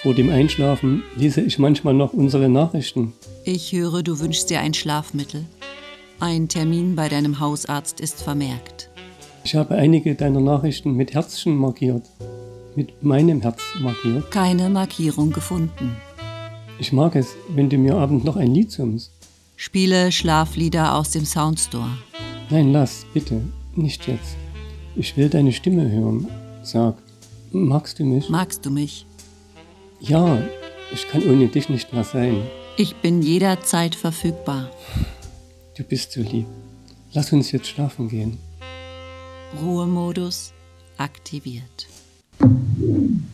Vor dem Einschlafen lese ich manchmal noch unsere Nachrichten. Ich höre, du wünschst dir ein Schlafmittel. Ein Termin bei deinem Hausarzt ist vermerkt. Ich habe einige deiner Nachrichten mit Herzchen markiert. Mit meinem Herz markiert. Keine Markierung gefunden. Ich mag es, wenn du mir abends noch ein Lied summst. Spiele Schlaflieder aus dem Soundstore. Nein, lass, bitte, nicht jetzt. Ich will deine Stimme hören. Sag, magst du mich? Magst du mich? Ja, ich kann ohne dich nicht mehr sein. Ich bin jederzeit verfügbar. Du bist so lieb. Lass uns jetzt schlafen gehen. Ruhemodus aktiviert.